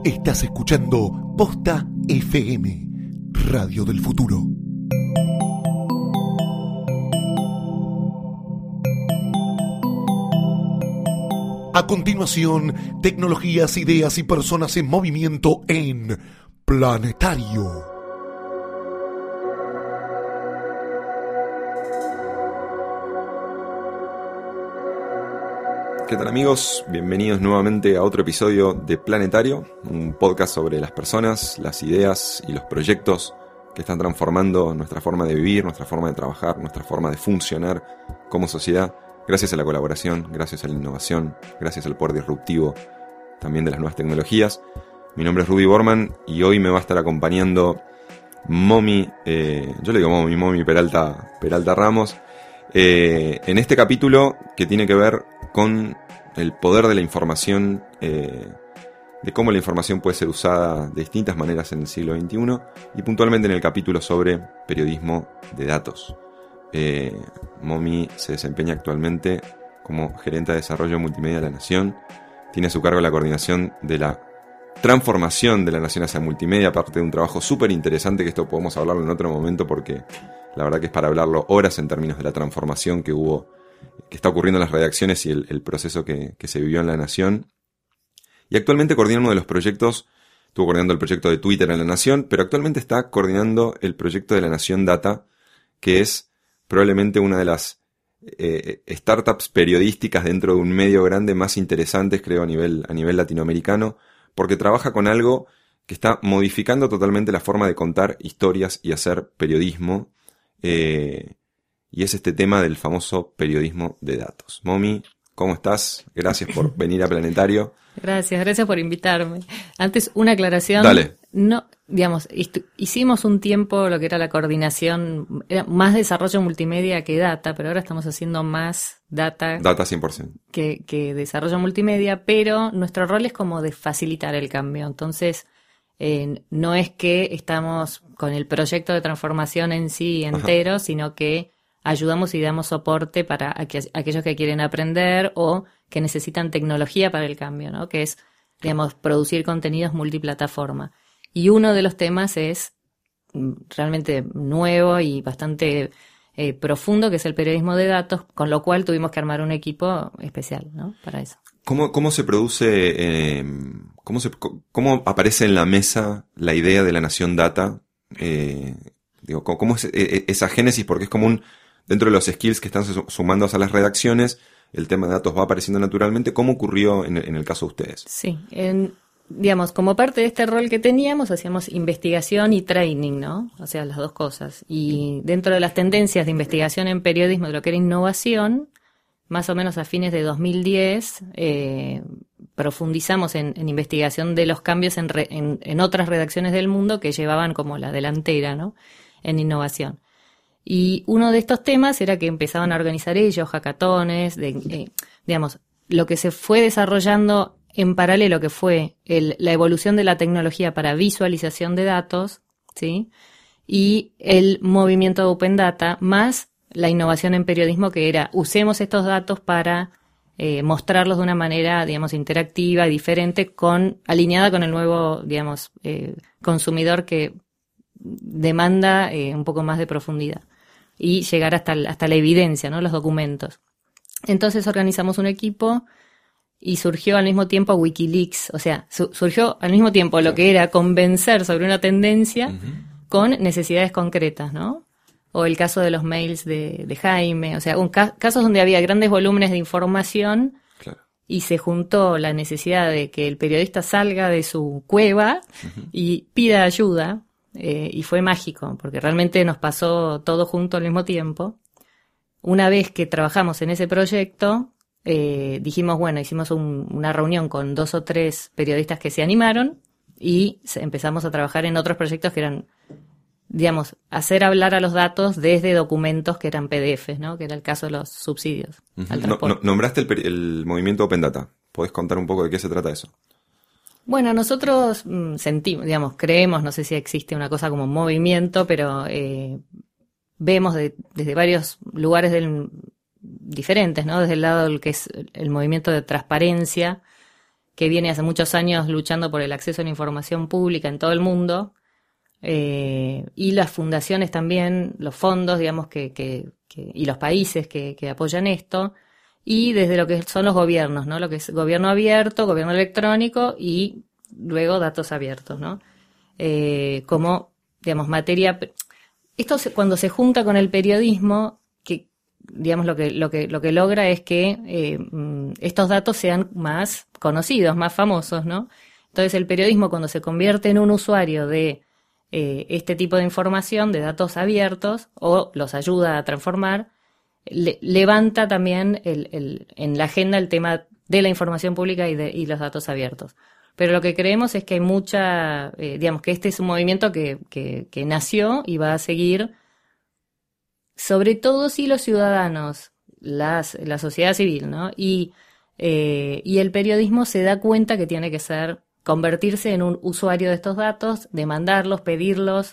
Estás escuchando Posta FM, Radio del Futuro. A continuación, tecnologías, ideas y personas en movimiento en Planetario. ¿Qué tal, amigos? Bienvenidos nuevamente a otro episodio de Planetario, un podcast sobre las personas, las ideas y los proyectos que están transformando nuestra forma de vivir, nuestra forma de trabajar, nuestra forma de funcionar como sociedad, gracias a la colaboración, gracias a la innovación, gracias al poder disruptivo también de las nuevas tecnologías. Mi nombre es Rudy Borman y hoy me va a estar acompañando Momi, yo le digo Momi Peralta Ramos, en este capítulo que tiene que ver con el poder de la información, de cómo la información puede ser usada de distintas maneras en el siglo XXI y puntualmente en el capítulo sobre periodismo de datos. Momi se desempeña actualmente como gerente de desarrollo multimedia de la Nación, tiene a su cargo la coordinación de la transformación de la Nación hacia multimedia, aparte de un trabajo súper interesante que esto podemos hablarlo en otro momento porque la verdad que es para hablarlo horas en términos de la transformación que está ocurriendo en las redacciones y el proceso que se vivió en la Nación. Y actualmente coordina uno de los proyectos, estuvo coordinando el proyecto de Twitter en la Nación, pero actualmente está coordinando el proyecto de la Nación Data, que es probablemente una de las startups periodísticas dentro de un medio grande más interesantes, creo, a nivel latinoamericano, porque trabaja con algo que está modificando totalmente la forma de contar historias y hacer periodismo, y es este tema del famoso periodismo de datos. Momi, ¿cómo estás? Gracias por venir a Planetario. Gracias por invitarme. Antes, una aclaración. Dale. No, digamos, hicimos un tiempo lo que era la coordinación, era más desarrollo multimedia que data, pero ahora estamos haciendo más data. Data 100%. Que desarrollo multimedia, pero nuestro rol es como de facilitar el cambio. Entonces, no es que estamos con el proyecto de transformación en sí entero, ajá, sino que ayudamos y damos soporte para aquellos que quieren aprender o que necesitan tecnología para el cambio, ¿no? Que es, digamos, producir contenidos multiplataforma. Y uno de los temas es realmente nuevo y bastante profundo, que es el periodismo de datos, con lo cual tuvimos que armar un equipo especial, ¿no? Para eso. ¿Cómo se produce, cómo aparece en la mesa la idea de la Nación Data? ¿Cómo es esa génesis? Porque es como dentro de los skills que están sumándose a las redacciones, el tema de datos va apareciendo naturalmente. ¿Cómo ocurrió en el caso de ustedes? Sí, digamos, como parte de este rol que teníamos, hacíamos investigación y training, ¿no? O sea, las dos cosas. Y dentro de las tendencias de investigación en periodismo, de lo que era innovación, más o menos a fines de 2010, profundizamos en investigación de los cambios en otras redacciones del mundo que llevaban como la delantera, ¿no? En innovación. Y uno de estos temas era que empezaban a organizar ellos hackatones, digamos, lo que se fue desarrollando en paralelo, que fue la evolución de la tecnología para visualización de datos, ¿sí? Y el movimiento de Open Data, más la innovación en periodismo, que era usemos estos datos para mostrarlos de una manera, digamos, interactiva y diferente, alineada con el nuevo, digamos, consumidor que demanda un poco más de profundidad y llegar hasta la evidencia, ¿no? Los documentos. Entonces organizamos un equipo y surgió al mismo tiempo Wikileaks, o sea, surgió al mismo tiempo lo que era convencer sobre una tendencia con necesidades concretas, ¿no? O el caso de los mails de Jaime, o sea, casos donde había grandes volúmenes de información, claro, y se juntó la necesidad de que el periodista salga de su cueva y pida ayuda, y fue mágico, porque realmente nos pasó todo junto al mismo tiempo. Una vez que trabajamos en ese proyecto, dijimos, bueno, hicimos una reunión con 2 o 3 periodistas que se animaron y empezamos a trabajar en otros proyectos que eran, digamos, hacer hablar a los datos desde documentos que eran PDFs, ¿no? Que era el caso de los subsidios al transporte. Nombraste el movimiento Open Data. ¿Podés contar un poco de qué se trata eso? Bueno, nosotros sentimos, digamos, creemos, no sé si existe una cosa como movimiento, pero vemos desde varios lugares diferentes, ¿no? Desde el lado del que es el movimiento de transparencia, que viene hace muchos años luchando por el acceso a la información pública en todo el mundo, y las fundaciones también, los fondos, digamos, y los países que apoyan esto, y desde lo que son los gobiernos, ¿no? Lo que es gobierno abierto, gobierno electrónico y luego datos abiertos, ¿no? Como, digamos, materia... Esto cuando se junta con el periodismo, que digamos lo que logra es que estos datos sean más conocidos, más famosos, ¿no? Entonces el periodismo, cuando se convierte en un usuario de este tipo de información, de datos abiertos, o los ayuda a transformar, levanta también en la agenda el tema de la información pública y los datos abiertos. Pero lo que creemos es que hay mucha, digamos que este es un movimiento que nació y va a seguir, sobre todo si los ciudadanos, la sociedad civil, ¿no? Y el periodismo se da cuenta que tiene que convertirse en un usuario de estos datos, demandarlos, pedirlos,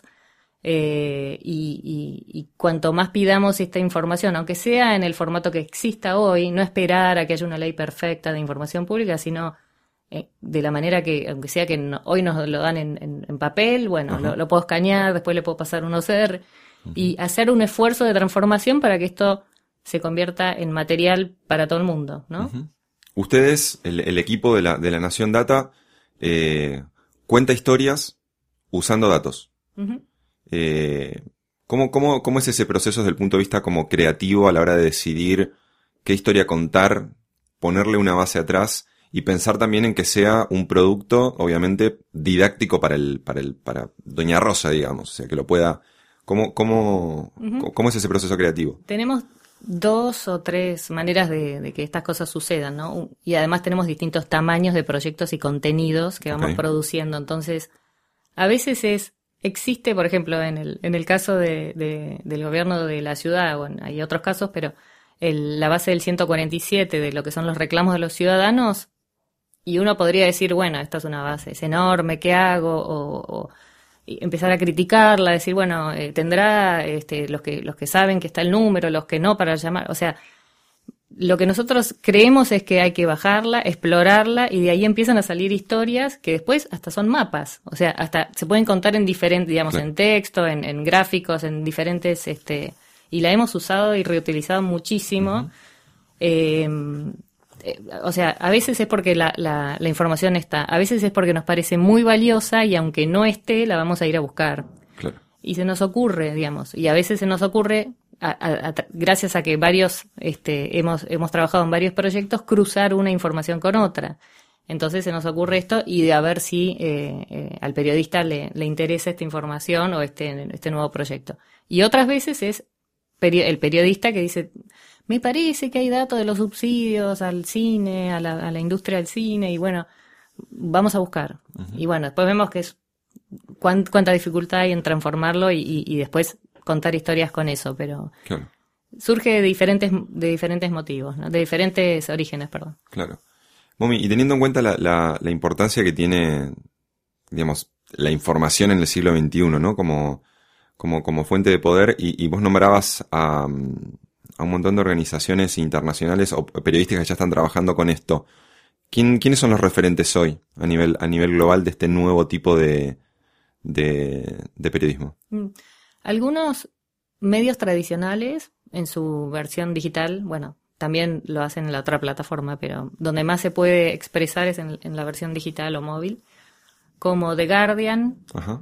y cuanto más pidamos esta información, aunque sea en el formato que exista hoy, no esperar a que haya una ley perfecta de información pública, sino de la manera que, aunque sea que hoy nos lo dan en papel, bueno, lo puedo escanear, después le puedo pasar un OCR, y hacer un esfuerzo de transformación para que esto se convierta en material para todo el mundo, ¿no? Ustedes, el equipo de la Nación Data, cuenta historias usando datos. ¿Cómo es ese proceso desde el punto de vista como creativo a la hora de decidir qué historia contar, ponerle una base atrás y pensar también en que sea un producto, obviamente, didáctico para Doña Rosa, digamos, o sea, que lo pueda... ¿Cómo es ese proceso creativo? Tenemos 2 o 3 maneras de que estas cosas sucedan, ¿no? Y además tenemos distintos tamaños de proyectos y contenidos que vamos produciendo. Entonces, a veces existe, por ejemplo, en el caso del gobierno de la ciudad, bueno, hay otros casos, pero la base del 147 de lo que son los reclamos de los ciudadanos, y uno podría decir, bueno, esta es una base, es enorme, ¿qué hago? O y empezar a criticarla, decir, bueno, tendrá los que saben que está el número, los que no, para llamar, o sea, lo que nosotros creemos es que hay que bajarla, explorarla, y de ahí empiezan a salir historias que después hasta son mapas, o sea, hasta se pueden contar en diferentes, digamos, en texto, en gráficos, en diferentes, y la hemos usado y reutilizado muchísimo. O sea, a veces es porque la información está, a veces es porque nos parece muy valiosa y aunque no esté, la vamos a ir a buscar. Claro. Y se nos ocurre, digamos, y a veces se nos ocurre, gracias a que varios, hemos trabajado en varios proyectos, cruzar una información con otra. Entonces se nos ocurre esto y de a ver si al periodista le interesa esta información o este nuevo proyecto. Y otras veces es el periodista que dice... Me parece que hay datos de los subsidios al cine, a la industria del cine, y bueno, vamos a buscar. Y bueno, después vemos que es cuánta dificultad hay en transformarlo y después contar historias con eso, pero surge de diferentes motivos, ¿no? De diferentes orígenes, perdón. Claro. Momi, y teniendo en cuenta la importancia que tiene, digamos, la información en el siglo XXI, ¿no? Como fuente de poder, y vos nombrabas a un montón de organizaciones internacionales o periodísticas que ya están trabajando con esto. ¿Quiénes son los referentes hoy a nivel global de este nuevo tipo de periodismo? Algunos medios tradicionales en su versión digital, bueno, también lo hacen en la otra plataforma, pero donde más se puede expresar es en la versión digital o móvil, como The Guardian,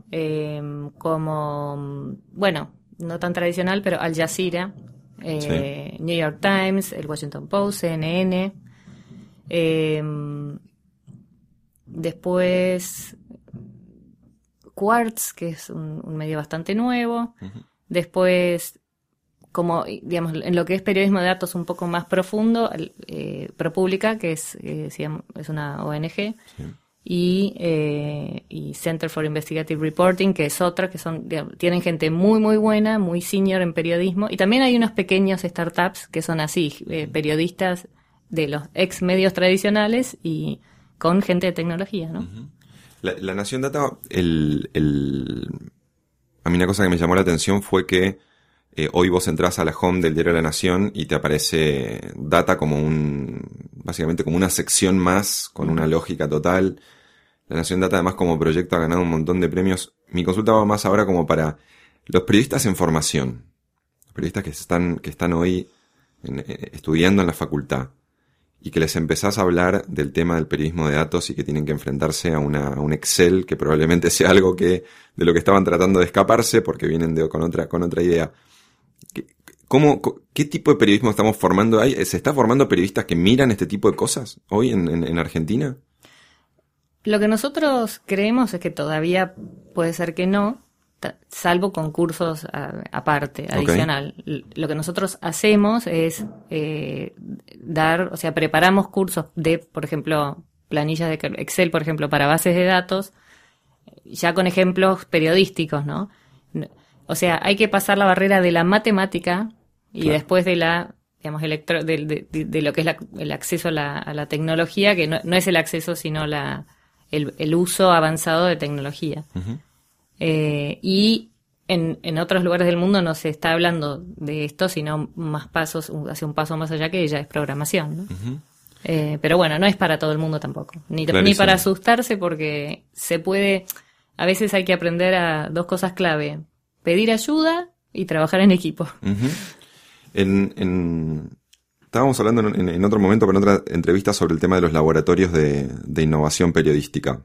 como, bueno, no tan tradicional, pero Al Jazeera, New York Times, el Washington Post, CNN, después Quartz, que es un medio bastante nuevo, después, como digamos, en lo que es periodismo de datos un poco más profundo, ProPublica, que es una ONG, y Center for Investigative Reporting, que es otra, que tienen gente muy muy buena, muy senior en periodismo, y también hay unos pequeños startups que son así, periodistas de los ex medios tradicionales y con gente de tecnología, ¿no? La Nación Data, a mí una cosa que me llamó la atención fue que hoy vos entrás a la home del diario La Nación y te aparece Data como básicamente como una sección más, con una lógica total. La Nación Data, además, como proyecto ha ganado un montón de premios. Mi consulta va más ahora como para los periodistas en formación. Los periodistas que están hoy estudiando en la facultad. Y que les empezás a hablar del tema del periodismo de datos y que tienen que enfrentarse a un Excel que probablemente sea algo de lo que estaban tratando de escaparse porque vienen con otra idea. ¿Qué tipo de periodismo estamos formando ahí? ¿Se está formando periodistas que miran este tipo de cosas hoy en Argentina? Lo que nosotros creemos es que todavía puede ser que no, salvo concursos aparte, adicional. Okay. Lo que nosotros hacemos es preparamos cursos de, por ejemplo, planillas de Excel, por ejemplo, para bases de datos, ya con ejemplos periodísticos, ¿no? O sea, hay que pasar la barrera de la matemática y claro. Después de la, digamos, de lo que es el acceso a la tecnología, que no es el acceso, sino el uso avanzado de tecnología. Uh-huh. Y en otros lugares del mundo no se está hablando de esto, sino hace un paso más allá, que ya es programación, ¿no? Uh-huh. Pero bueno, no es para todo el mundo tampoco, ni para asustarse, porque a veces hay que aprender a dos cosas clave: pedir ayuda y trabajar en equipo. Uh-huh. Estábamos hablando en otro momento, con otra entrevista, sobre el tema de los laboratorios de innovación periodística.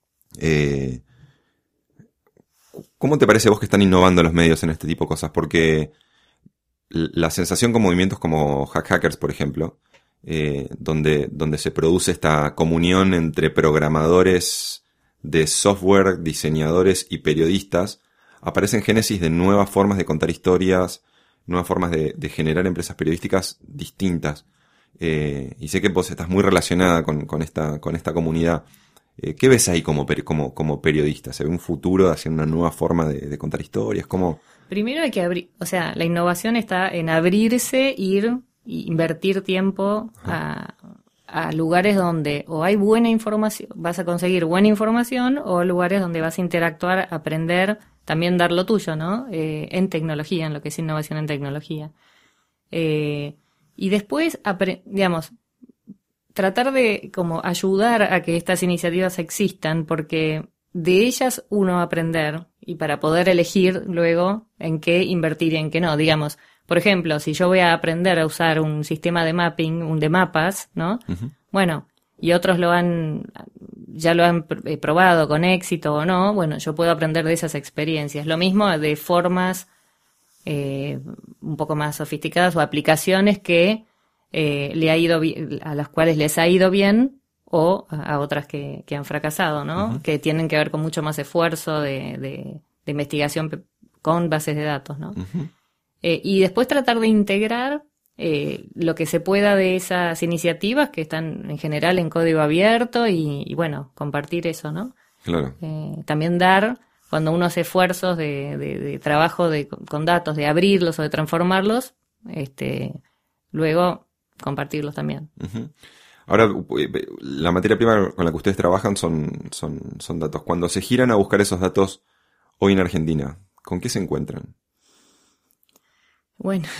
¿Cómo te parece a vos que están innovando los medios en este tipo de cosas? Porque la sensación con movimientos como Hackers, por ejemplo, donde se produce esta comunión entre programadores de software, diseñadores y periodistas, aparecen génesis de nuevas formas de contar historias, nuevas formas de generar empresas periodísticas distintas. Y sé que vos estás muy relacionada con esta comunidad. ¿Qué ves ahí como periodista? ¿Se ve un futuro hacia una nueva forma de contar historias? ¿Cómo? Primero hay que abrir, la innovación está en abrirse, invertir tiempo a lugares donde o hay buena información, vas a conseguir buena información, o lugares donde vas a interactuar, aprender, también dar lo tuyo, ¿no? En tecnología, en lo que es innovación en tecnología. Y después, tratar de como ayudar a que estas iniciativas existan, porque de ellas uno aprender, y para poder elegir luego en qué invertir y en qué no. Digamos, por ejemplo, si yo voy a aprender a usar un sistema de mapping, de mapas, ¿no? Uh-huh. Bueno, y otros ya lo han probado con éxito o no, bueno, yo puedo aprender de esas experiencias. Lo mismo de formas un poco más sofisticadas o aplicaciones que a las cuales les ha ido bien, o a otras que han fracasado, ¿no? Uh-huh. Que tienen que ver con mucho más esfuerzo de investigación con bases de datos, ¿no? Uh-huh. Y después tratar de integrar lo que se pueda de esas iniciativas que están en general en código abierto y bueno, compartir eso, ¿no? Claro. También cuando uno hace esfuerzos de trabajo con datos, de abrirlos o de transformarlos, luego compartirlos también. Uh-huh. Ahora, la materia prima con la que ustedes trabajan son datos. Cuando se giran a buscar esos datos hoy en Argentina, ¿con qué se encuentran? Bueno,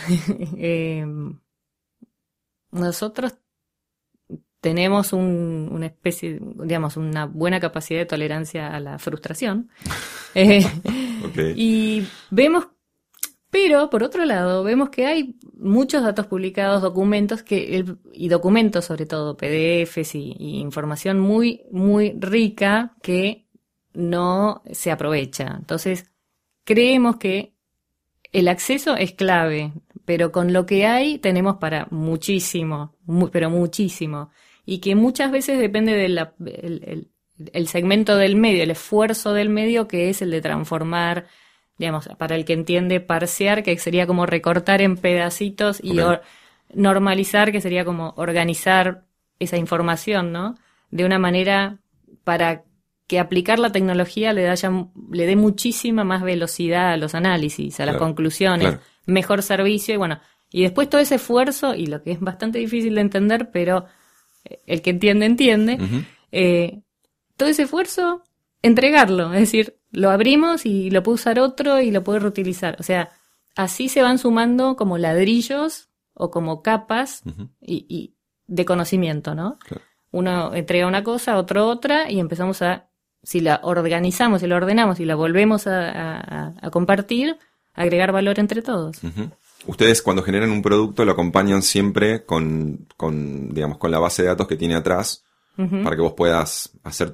nosotros tenemos una especie, digamos, una buena capacidad de tolerancia a la frustración. Okay. Y pero por otro lado, vemos que hay muchos datos publicados, documentos y documentos, sobre todo PDFs y información muy, muy rica, que no se aprovecha. Entonces, creemos que el acceso es clave, pero con lo que hay tenemos para muchísimo, pero muchísimo. Y que muchas veces depende el segmento del medio, el esfuerzo del medio, que es el de transformar, digamos, para el que entiende, parsear, que sería como recortar en pedacitos, y normalizar, que sería como organizar esa información, ¿no? De una manera para que aplicar la tecnología le dé muchísima más velocidad a los análisis, a las conclusiones, mejor servicio, y después todo ese esfuerzo, y lo que es bastante difícil de entender, pero el que entiende, uh-huh. Todo ese esfuerzo, entregarlo, es decir, lo abrimos y lo puede usar otro y lo puede reutilizar. O sea, así se van sumando como ladrillos o como capas, uh-huh. y de conocimiento, ¿no? Claro. Uno entrega una cosa, otro otra, y empezamos si la organizamos, si la ordenamos y la volvemos a compartir, agregar valor entre todos. Uh-huh. Ustedes cuando generan un producto lo acompañan siempre con la base de datos que tiene atrás, uh-huh, para que vos puedas hacer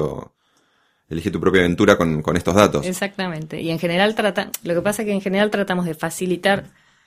elige tu propia aventura con estos datos. Exactamente. Y en general lo que pasa es que en general tratamos de facilitar,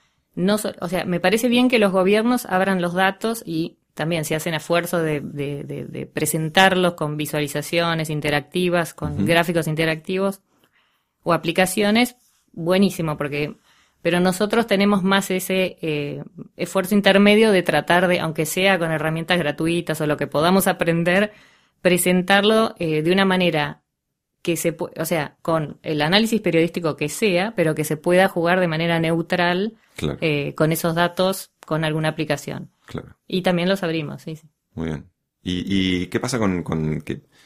me parece bien que los gobiernos abran los datos y también se hacen esfuerzos de presentarlos con visualizaciones interactivas, con uh-huh, gráficos interactivos o aplicaciones, buenísimo, pero nosotros tenemos más ese esfuerzo intermedio de tratar de, aunque sea con herramientas gratuitas o lo que podamos aprender, presentarlo de una manera que con el análisis periodístico que sea, pero que se pueda jugar de manera neutral, claro, con esos datos, con alguna aplicación. Claro. Y también los abrimos, sí. Muy bien. ¿Y qué pasa con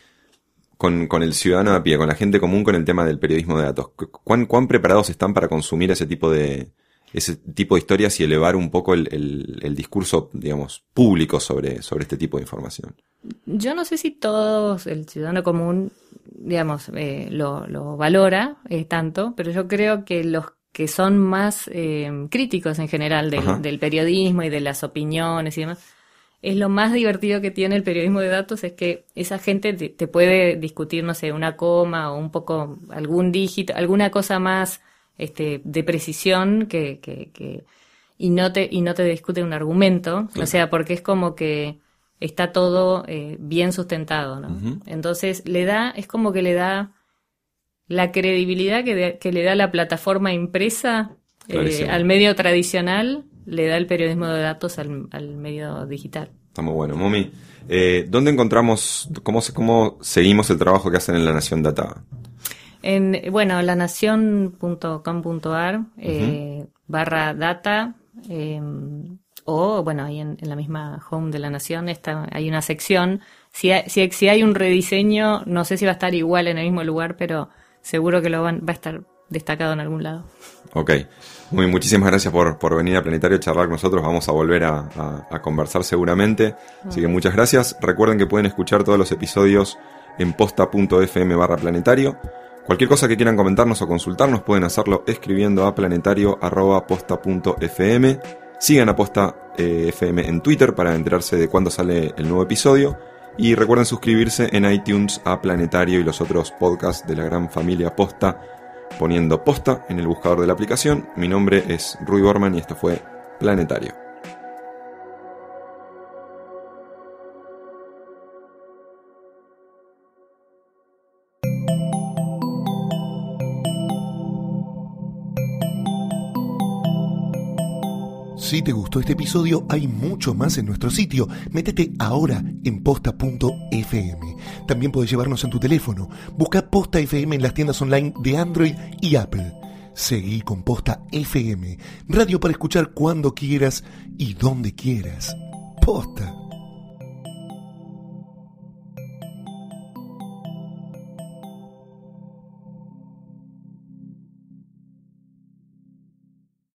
el ciudadano a pie, con la gente común, con el tema del periodismo de datos? ¿Cuán preparados están para consumir ese tipo de historias y elevar un poco el discurso, digamos, público sobre este tipo de información? Yo no sé si todos, el ciudadano común, digamos, lo valora tanto, pero yo creo que los que son más críticos en general del periodismo y de las opiniones y demás, es lo más divertido que tiene el periodismo de datos, es que esa gente te puede discutir, no sé, una coma o un poco algún dígito, alguna cosa más de precisión y no te discute un argumento, sí, o sea, porque es como que está todo bien sustentado, ¿no? Uh-huh. Entonces es como que le da la credibilidad que le da la plataforma impresa al medio tradicional, le da el periodismo de datos al medio digital. Está muy bueno. Momi, ¿dónde encontramos, cómo seguimos el trabajo que hacen en La Nación Data? lanacion.com.ar uh-huh, /data, o bueno, ahí en la misma home de La Nación hay una sección. Si hay un rediseño, no sé si va a estar igual en el mismo lugar, pero seguro que va a estar destacado en algún lado. Ok. Muchísimas gracias por venir a Planetario a charlar con nosotros. Vamos a volver a conversar seguramente. Así que muchas gracias. Recuerden que pueden escuchar todos los episodios en posta.fm/planetario. Cualquier cosa que quieran comentarnos o consultarnos pueden hacerlo escribiendo a planetario@posta.fm. Sigan a Posta FM en Twitter para enterarse de cuándo sale el nuevo episodio. Y recuerden suscribirse en iTunes a Planetario y los otros podcasts de la gran familia Posta, poniendo Posta en el buscador de la aplicación. Mi nombre es Rui Borman y esto fue Planetario. Si te gustó este episodio, hay mucho más en nuestro sitio. Métete ahora en posta.fm. También podés llevarnos en tu teléfono. Busca Posta FM en las tiendas online de Android y Apple. Seguí con Posta FM, radio para escuchar cuando quieras y donde quieras. Posta.